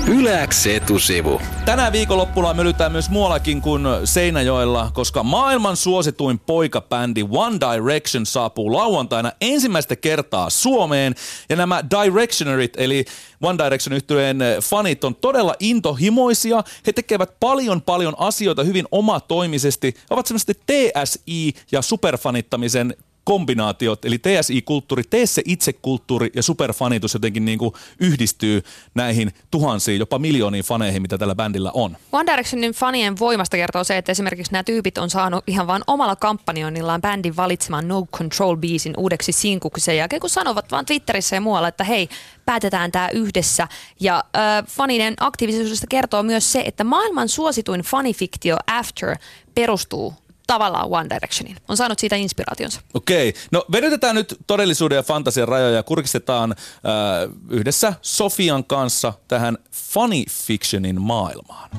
Yle X etusivu. Tänään viikonloppuna mölytään myös muuallakin kuin Seinäjoella, koska maailman suosituin poikabändi One Direction saapuu lauantaina ensimmäistä kertaa Suomeen. Ja nämä Directionerit, eli One Direction -yhtyeen fanit, on todella intohimoisia. He tekevät paljon asioita hyvin omatoimisesti. He ovat semmoisesti TSI- ja superfanittamisen kombinaatiot, eli TSI-kulttuuri, tee se itse-kulttuuri ja superfanitus jotenkin niin kuin yhdistyy näihin tuhansiin, jopa miljooniin faneihin, mitä tällä bändillä on. One Directionin fanien voimasta kertoo se, että esimerkiksi nämä tyypit on saanut ihan vaan omalla kampanjoinnillaan bändin valitsemaan No Control-biisin uudeksi sinkuksi sen jälkeen, kun sanovat vaan Twitterissä ja muualla, että hei, päätetään tämä yhdessä. Ja fanien aktiivisuudesta kertoo myös se, että maailman suosituin fanifiktio After perustuu tavallaan One Directionin. On saanut siitä inspiraationsa. Okei. No venytetään nyt todellisuuden ja fantasian rajoja ja kurkistetaan yhdessä Sofian kanssa tähän funny fictionin maailmaan.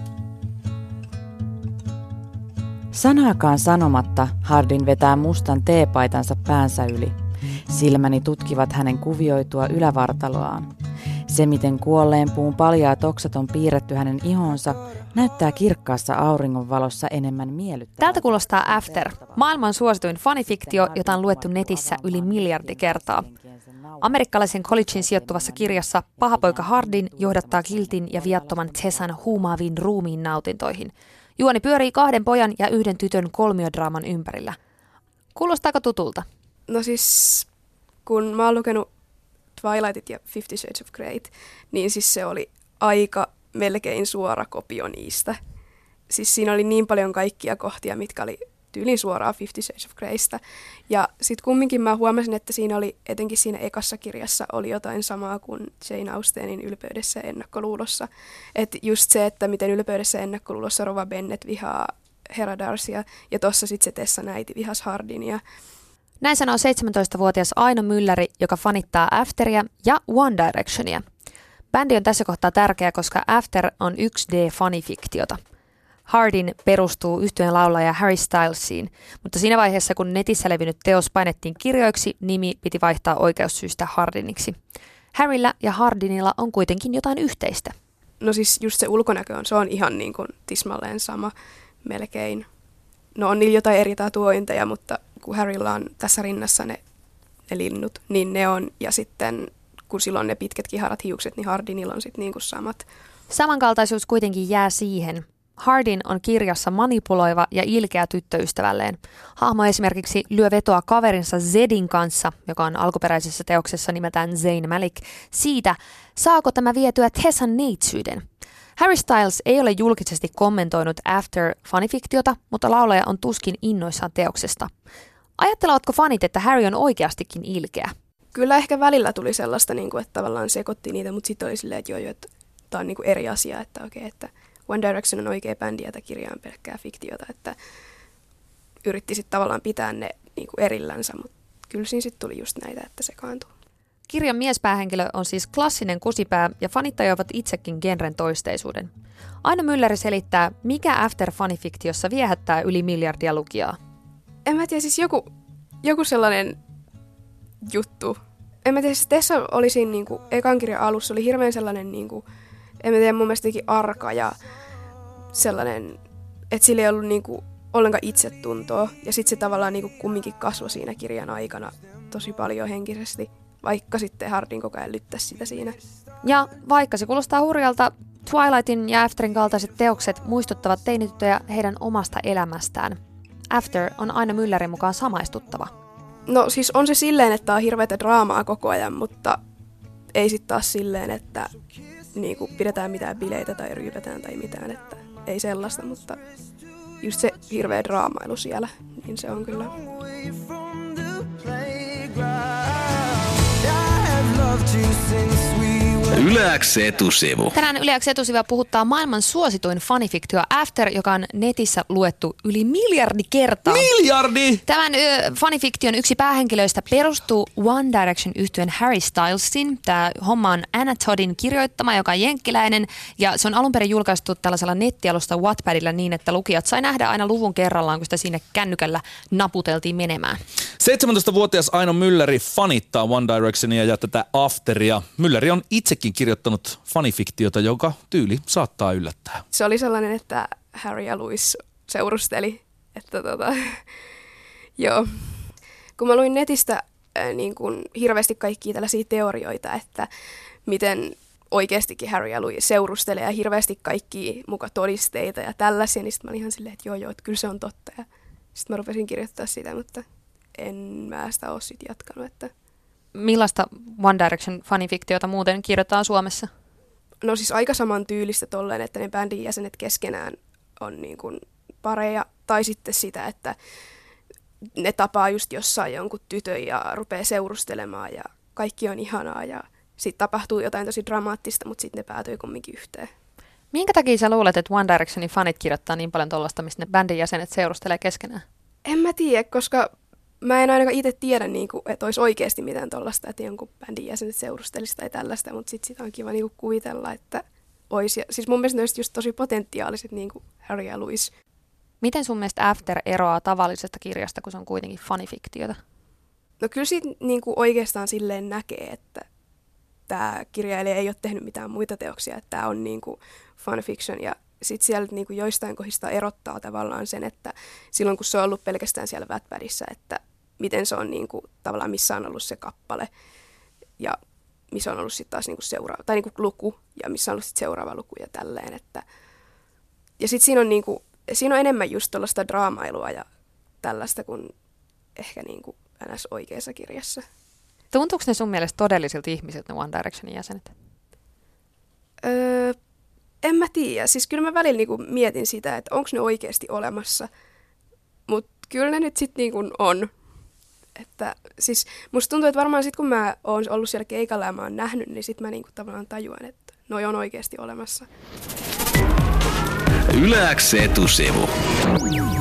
Sanaakaan sanomatta Hardin vetää mustan teepaitansa päänsä yli. Silmäni tutkivat hänen kuvioitua ylävartaloaan. Se, miten kuolleen puun paljaat oksat on piirretty hänen ihonsa, näyttää kirkkaassa auringonvalossa enemmän miellyttävältä. Tältä kuulostaa After, maailman suosituin fanifiktio, jota on luettu netissä yli miljardi kertaa. Amerikkalaisen collegein sijoittuvassa kirjassa pahapoika Hardin johdattaa kiltin ja viattoman Tessan huumaaviin ruumiin nautintoihin. Juoni pyörii 2 pojan ja 1 tytön kolmiodraaman ympärillä. Kuulostaako tutulta? No siis, kun mä oon lukenut Twilightit ja 50 Shades of Greyt, niin siis se oli aika melkein suora kopio niistä. Siis siinä oli niin paljon kaikkia kohtia, mitkä oli tyylin suoraan 50 Shades of Greystä. Ja sitten kumminkin mä huomasin, että siinä oli, etenkin siinä ekassa kirjassa, oli jotain samaa kuin Jane Austenin Ylpeydessä ja ennakkoluulossa. Että just se, että miten Ylpeydessä ja ennakkoluulossa Rova Bennet vihaa Hera Darcya ja tossa sitten se Tessan äiti vihas Hardinia. Näin sanoo 17-vuotias Aino Mylläri, joka fanittaa Afteria ja One Directionia. Bändi on tässä kohtaa tärkeä, koska After on 1D-fanifiktiota. Hardin perustuu yhtyeen laulaja Harry Stylesiin, mutta siinä vaiheessa, kun netissä levinnyt teos painettiin kirjoiksi, nimi piti vaihtaa oikeussyistä Hardiniksi. Harryllä ja Hardinilla on kuitenkin jotain yhteistä. No siis just se ulkonäkö se on ihan niin kuin tismalleen sama melkein. No on niillä jotain eri tatuointeja, mutta kun Harrylla on tässä rinnassa ne linnut, niin ne on, ja sitten kun sillä on ne pitkät kiharat hiukset, niin Hardinilla on sitten niinku samat. Samankaltaisuus kuitenkin jää siihen. Hardin on kirjassa manipuloiva ja ilkeä tyttöystävälleen. Hahmo esimerkiksi lyö vetoa kaverinsa Zedin kanssa, joka on alkuperäisessä teoksessa nimeltään Zayn Malik, siitä, saako tämä vietyä Tessan neitsyyden. Harry Styles ei ole julkisesti kommentoinut After-fanifiktiota, mutta laulaja on tuskin innoissaan teoksesta. Ajattelevatko fanit, että Harry on oikeastikin ilkeä? Kyllä ehkä välillä tuli sellaista, että tavallaan sekoitti niitä, mutta sitten oli silleen, että joo, että tämä on eri asia, että okei, että One Direction on oikea bändi ja tämä kirja on pelkkää fiktiota, että yritti sitten tavallaan pitää ne erillänsä, mutta kyllä siinä sitten tuli just näitä, että sekaantui. Kirjan miespäähenkilö on siis klassinen kusipää ja fanit tajuavat itsekin genren toisteisuuden. Aino Mylläri selittää, mikä After-fanifiktiossa viehättää yli miljardia lukijaa. En mä tiedä, siis joku sellainen juttu. En mä tiedä, siis Tessa oli siinä ekan kirjan alussa, oli hirveän sellainen, en mä tiedä, mun mielestäkin arka ja sellainen, että sillä ei ollut ollenkaan itsetuntoa. Ja sitten se tavallaan kumminkin kasvoi siinä kirjan aikana tosi paljon henkisesti, vaikka sitten Hardin koko ajan lyttäisi sitä siinä. Ja vaikka se kuulostaa hurjalta, Twilightin ja Afterin kaltaiset teokset muistuttavat teinityttöjä heidän omasta elämästään. After on Aino Myllärin mukaan samaistuttava. No siis on se silleen, että on hirveätä draamaa koko ajan, mutta ei sitten taas silleen, että pidetään mitään bileitä tai ryypätään tai mitään, että ei sellaista, mutta just se hirveä draamailu siellä, niin se on kyllä. Yle X etusivu. Tänään Yle X etusivua puhuttaa maailman suosituin fanifiktio After, joka on netissä luettu yli miljardi kertaa. Miljardi! Tämän fanifiktion yksi päähenkilöistä perustuu One Direction -yhtyeen Harry Stylesin. Tämä homma on Anna Toddin kirjoittama, joka on jenkkiläinen, ja se on alun perin julkaistu tällaisella nettialusta Wattpadilla niin, että lukijat sai nähdä aina luvun kerrallaan, kun sitä sinne kännykällä naputeltiin menemään. 17-vuotias Aino Mylläri fanittaa One Directionia ja tätä Afteria. Mylläri on itsekin oletkin kirjoittanut fanifiktiota, joka tyyli saattaa yllättää. Se oli sellainen, että Harry ja Louis seurusteli. Että joo. Kun mä luin netistä niin kun hirveästi kaikkia tällaisia teorioita, että miten oikeastikin Harry ja Louis seurustelee ja hirveästi kaikkia muka todisteita ja tällaisia, niin sitten mä olin ihan silleen, että joo, että kyllä se on totta. Ja sitten mä rupesin kirjoittaa sitä, mutta en mä sitä ole sitten jatkanut. Että Millaista One Direction fanifiktiota muuten kirjoitetaan Suomessa? no siis aika saman tyylistä tolleen, että ne bändin jäsenet keskenään on niin kuin pareja, tai sitten sitä, että ne tapaa just jossain jonkun tytön ja rupeaa seurustelemaan ja kaikki on ihanaa ja sitten tapahtuu jotain tosi dramaattista, mutta sitten ne päätyy kumminkin yhteen. Minkä takia sä luulet, että One Directionin fanit kirjoittaa niin paljon tollaista, mistä ne bändin jäsenet seurustelee keskenään? En mä tiedä, koska mä en ainakaan itse tiedä, että olisi oikeasti mitään tollaista, että jonkun bändin jäsenet seurustelisi tai tällaista, mutta sitten sitä on kiva kuvitella, että olisi. Ja siis mun mielestä ne olisi just tosi potentiaaliset, niin kuin Harry ja Louis. Miten sun mielestä After eroaa tavallisesta kirjasta, kun se on kuitenkin fanifiktiota? No kyllä siitä oikeastaan silleen näkee, että tämä kirjailija ei ole tehnyt mitään muita teoksia, että tämä on fanfiction ja sitten siellä joistain kohdista erottaa tavallaan sen, että silloin kun se on ollut pelkästään siellä Wattpadissa, että miten se on tavallaan missä on ollut se kappale ja missä on ollut sitten taas seuraava, tai luku ja missä on ollut sitten seuraava luku ja tälleen. Että. Ja sitten siinä on enemmän just tuollaista draamailua ja tällaista kuin ehkä ns. Oikeassa kirjassa. Tuntuuko ne sun mielestä todellisilta ihmisiltä ne One Directionin jäsenet? En mä tiedä. Siis kyllä mä välillä mietin sitä, että onko ne oikeasti olemassa. Mutta kyllä ne nyt sitten on. Että, siis musta tuntuu, että varmaan sitten kun mä oon ollut siellä keikalla ja mä oon nähnyt, niin sitten mä tavallaan tajuan, että noi on oikeasti olemassa. Yle X etusivu.